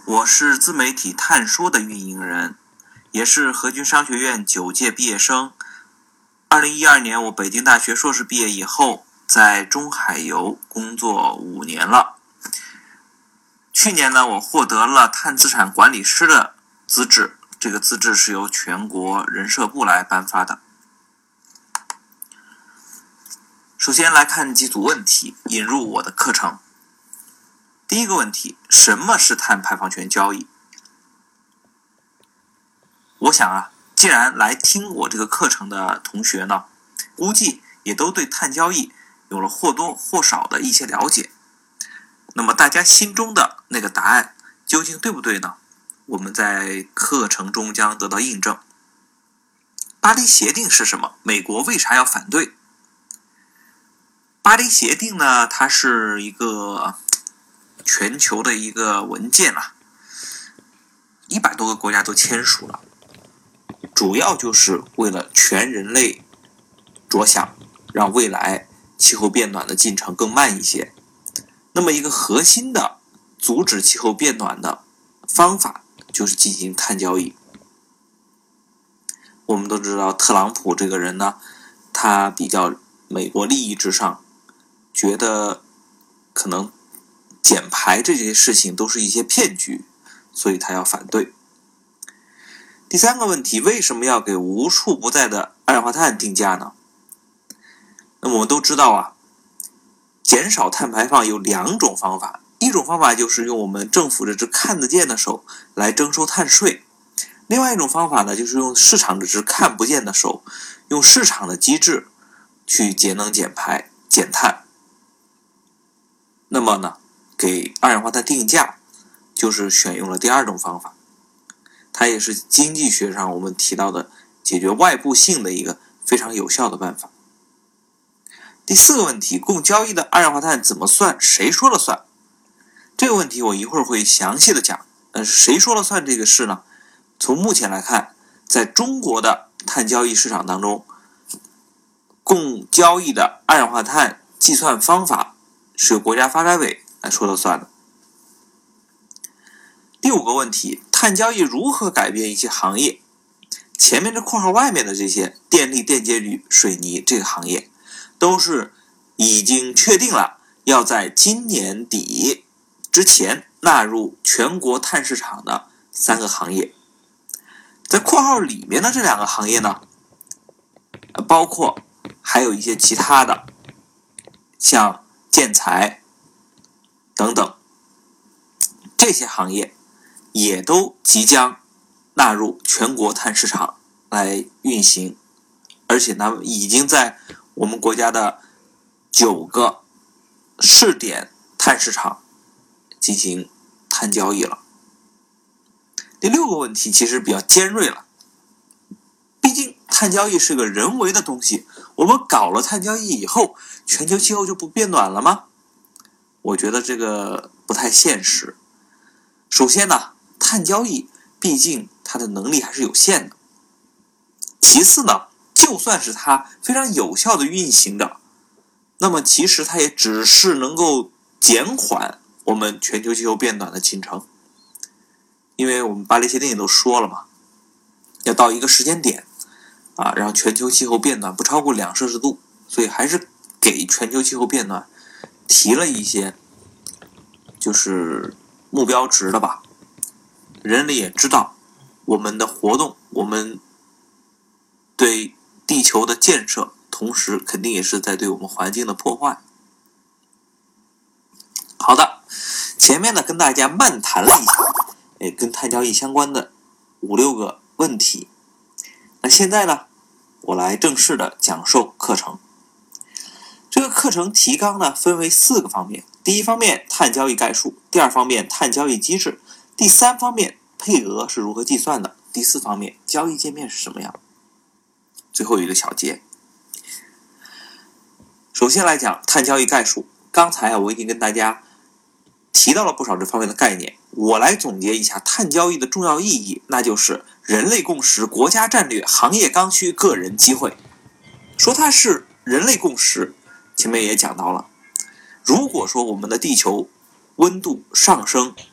我是自媒体探说的运营人，也是和军商学院9届毕业生。2012年我北京大学硕士毕业以后，在中海油工作5年了。去年呢，我获得了碳资产管理师的资质，这个资质是由全国人社部来颁发的。首先来看几组问题，引入我的课程。第一个问题，什么是碳排放权交易？我想既然来听我这个课程的同学呢，估计也都对碳交易有了或多或少的一些了解。那么大家心中的那个答案究竟对不对呢？我们在课程中将得到印证。巴黎协定是什么？美国为啥要反对？巴黎协定呢，它是一个全球的一个文件100多个国家都签署了，主要就是为了全人类着想，让未来气候变暖的进程更慢一些。那么一个核心的阻止气候变暖的方法就是进行碳交易。我们都知道特朗普这个人呢，他比较美国利益至上，觉得可能减排这些事情都是一些骗局，所以他要反对。第三个问题，为什么要给无处不在的二氧化碳定价呢？那么我们都知道减少碳排放有2种方法，一种方法就是用我们政府这只看得见的手来征收碳税，另外一种方法呢，就是用市场这只看不见的手，用市场的机制去节能减排减碳。那么呢，给二氧化碳定价就是选用了第2种方法，它也是经济学上我们提到的解决外部性的一个非常有效的办法。第4个问题，共交易的二氧化碳怎么算？谁说了算？这个问题我一会儿会详细的讲。谁说了算这个事呢？从目前来看，在中国的碳交易市场当中，共交易的二氧化碳计算方法是由国家发改委来说了算的。第5个问题，碳交易如何改变一些行业？前面这括号外面的这些电力、电解铝、水泥这个行业，都是已经确定了要在今年底之前纳入全国碳市场的3个行业。在括号里面的这2个行业呢，包括还有一些其他的，像建材等等，这些行业也都即将纳入全国碳市场来运行，而且呢，已经在我们国家的9个试点碳市场进行碳交易了。第6个问题其实比较尖锐了，毕竟碳交易是个人为的东西，我们搞了碳交易以后，全球气候就不变暖了吗？我觉得这个不太现实。首先呢，碳交易毕竟它的能力还是有限的。其次呢，就算是它非常有效的运行着，那么其实它也只是能够减缓我们全球气候变暖的进程。因为我们巴黎协定也都说了嘛，要到一个时间点让全球气候变暖不超过2摄氏度，所以还是给全球气候变暖提了一些就是目标值的吧。人类也知道我们的活动，我们对地球的建设，同时肯定也是在对我们环境的破坏。好的，前面呢跟大家漫谈了一下跟碳交易相关的5、6个问题。那现在呢，我来正式的讲授课程。这个课程提纲呢分为4个方面。第1方面，碳交易概述；第2方面，碳交易机制；第3方面，配额是如何计算的；第4方面，交易界面是什么样。最后一个小节。首先来讲碳交易概述。刚才我已经跟大家提到了不少这方面的概念，我来总结一下碳交易的重要意义，那就是人类共识、国家战略、行业刚需、个人机会。说它是人类共识，前面也讲到了，如果说我们的地球温度上升，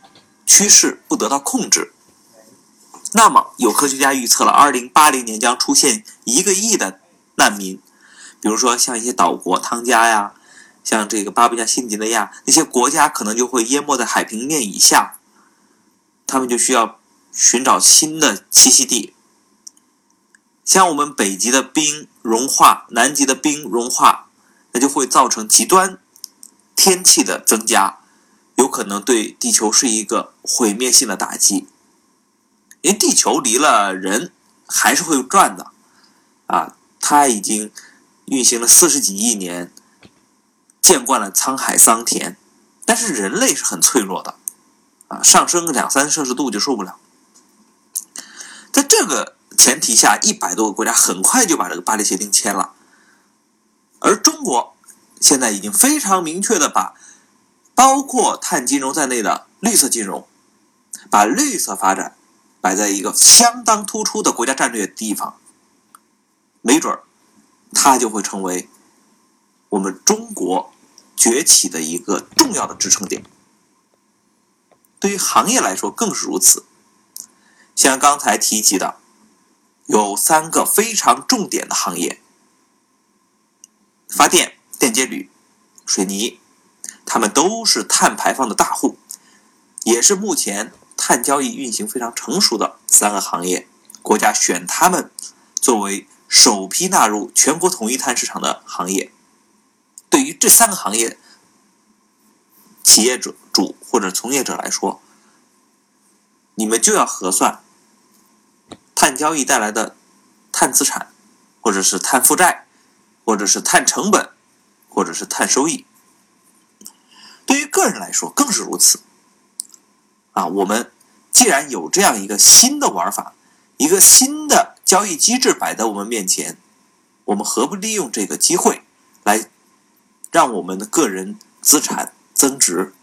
趋势不得到控制。那么有科学家预测了2080年将出现1个亿的难民，比如说像一些岛国汤加呀，像这个巴布亚新几内亚，那些国家可能就会淹没在海平面以下，他们就需要寻找新的栖息地。像我们北极的冰融化，南极的冰融化，那就会造成极端天气的增加，有可能对地球是一个毁灭性的打击。因为地球离了人还是会转的啊，它已经运行了40几亿年，见惯了沧海桑田，但是人类是很脆弱的啊，上升个2-3摄氏度就受不了。在这个前提下，100多个国家很快就把这个巴黎协定签了，而中国现在已经非常明确的把包括碳金融在内的绿色金融，把绿色发展摆在一个相当突出的国家战略地方，没准它就会成为我们中国崛起的一个重要的支撑点。对于行业来说更是如此，像刚才提及的有3个非常重点的行业：发电、电解铝、水泥，它们都是碳排放的大户，也是目前碳交易运行非常成熟的3个行业，国家选它们作为首批纳入全国统一碳市场的行业。对于这3个行业企业主或者从业者来说，你们就要核算碳交易带来的碳资产，或者是碳负债，或者是碳成本，或者是碳收益。对于个人来说更是如此啊，我们既然有这样一个新的玩法，一个新的交易机制摆在我们面前，我们何不利用这个机会来让我们的个人资产增值？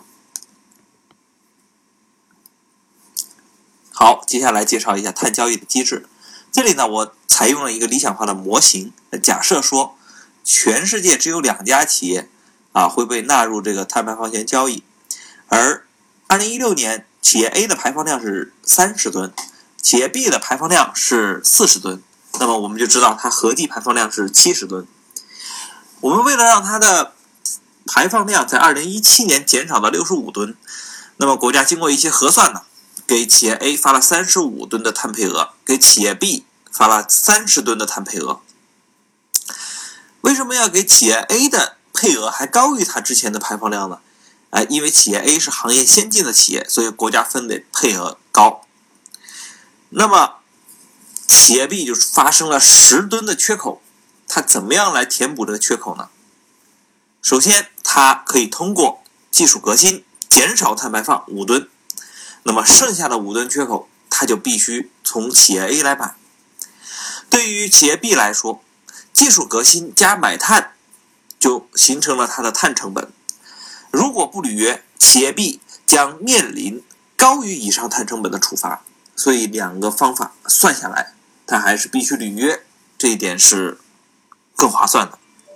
好，接下来介绍一下碳交易的机制。这里呢，我采用了一个理想化的模型，假设说全世界只有2家企业会被纳入这个碳排放权交易，而2016年企业 A 的排放量是30吨，企业 B 的排放量是40吨，那么我们就知道它合计排放量是70吨。我们为了让它的排放量在2017年减少到65吨，那么国家经过一些核算呢，给企业 A 发了35吨的碳配额，给企业 B 发了30吨的碳配额。为什么要给企业 A 的配额还高于它之前的排放量呢？因为企业 A 是行业先进的企业，所以国家分的配额高。那么企业 B 就发生了10吨的缺口，它怎么样来填补这个缺口呢？首先，它可以通过技术革新减少碳排放5吨，那么剩下的5吨缺口，它就必须从企业 A 来买。对于企业 B 来说，技术革新加买碳就形成了它的碳成本。如果不履约，企业 B 将面临高于以上碳成本的处罚。所以2个方法算下来，它还是必须履约，这一点是更划算的。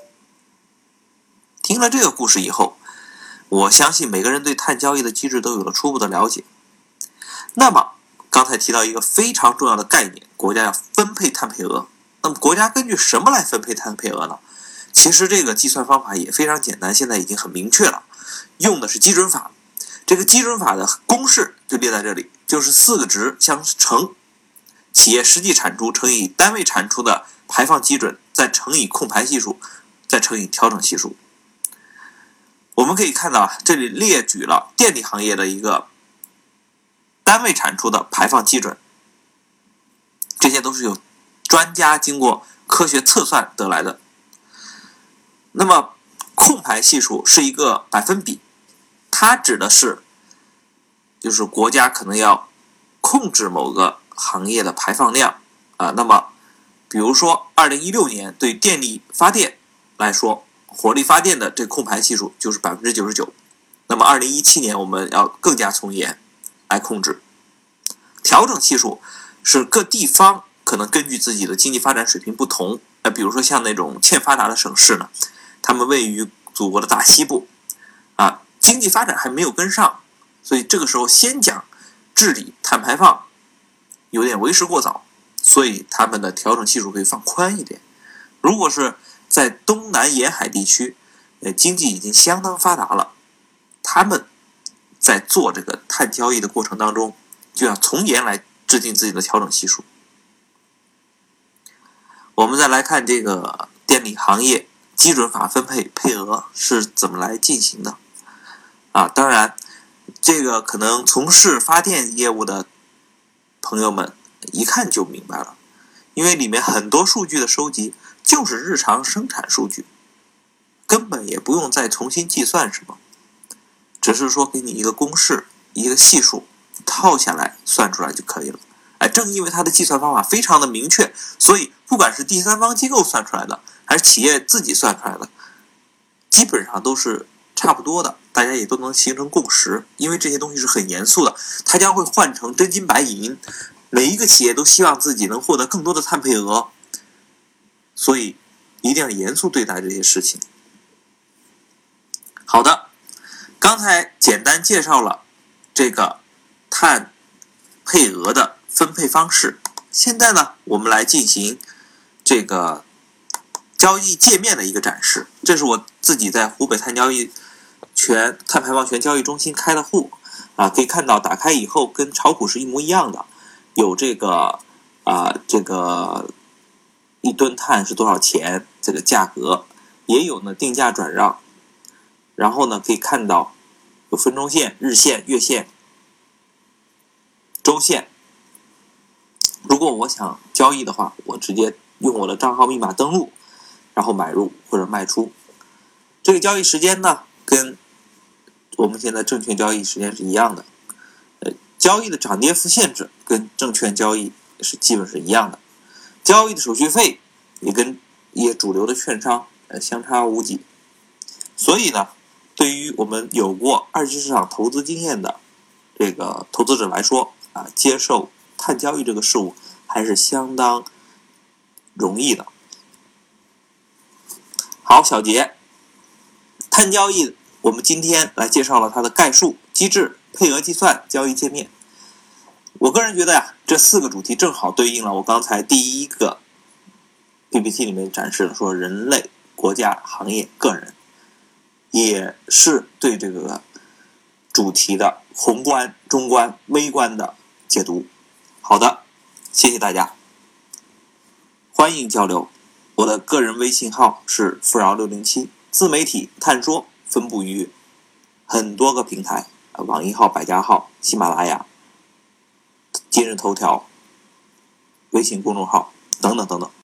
听了这个故事以后，我相信每个人对碳交易的机制都有了初步的了解。那么刚才提到一个非常重要的概念，国家要分配碳配额。那么国家根据什么来分配碳配额呢？其实这个计算方法也非常简单，现在已经很明确了，用的是基准法。这个基准法的公式就列在这里，就是4个值相乘企业实际产出乘以单位产出的排放基准，再乘以控排系数，再乘以调整系数。我们可以看到这里列举了电力行业的一个单位产出的排放基准，这些都是有专家经过科学测算得来的。那么控排系数是一个百分比，它指的是就是国家可能要控制某个行业的排放量那么比如说2016年对电力发电来说，火力发电的这控排系数就是 99%， 那么2017年我们要更加从严来控制。调整系数是各地方可能根据自己的经济发展水平不同，比如说像那种欠发达的省市呢，他们位于祖国的大西部经济发展还没有跟上， 所以这个时候先讲治理碳排放有点为时过早，所以他们的调整系数可以放宽一点。如果是在东南沿海地区，经济已经相当发达了，他们在做这个碳交易的过程当中，就要从严来制定自己的调整系数。我们再来看这个电力行业基准法分配配额是怎么来进行的当然这个可能从事发电业务的朋友们一看就明白了，因为里面很多数据的收集就是日常生产数据，根本也不用再重新计算什么，只是说给你一个公式一个系数套下来算出来就可以了。正因为它的计算方法非常的明确，所以不管是第三方机构算出来的还是企业自己算出来的，基本上都是差不多的，大家也都能形成共识。因为这些东西是很严肃的，它将会换成真金白银，每一个企业都希望自己能获得更多的碳配额，所以一定要严肃对待这些事情。好的，刚才简单介绍了这个碳配额的分配方式，现在呢我们来进行这个交易界面的一个展示。这是我自己在湖北碳排放权交易中心开的户可以看到打开以后跟炒股是一模一样的，有这个一吨碳是多少钱这个价格，也有呢定价转让，然后呢可以看到有分钟线、日线、月线、周线。如果我想交易的话，我直接用我的账号密码登录，然后买入或者卖出。这个交易时间呢，跟我们现在证券交易时间是一样的。交易的涨跌幅限制跟证券交易基本是一样的。交易的手续费也跟一些主流的券商相差无几。所以呢，对于我们有过二级市场投资经验的这个投资者来说接受碳交易这个事物还是相当容易的。好，小结，碳交易我们今天来介绍了它的概述、机制、配额计算、交易界面。我个人觉得这4个主题正好对应了我刚才第一个 PPT 里面展示的，说人类、国家、行业、个人，也是对这个主题的宏观、中观、微观的解读。好的，谢谢大家，欢迎交流。我的个人微信号是富饶607，自媒体探说分布于很多个平台，网易号、百家号、喜马拉雅、今日头条、微信公众号等等等等。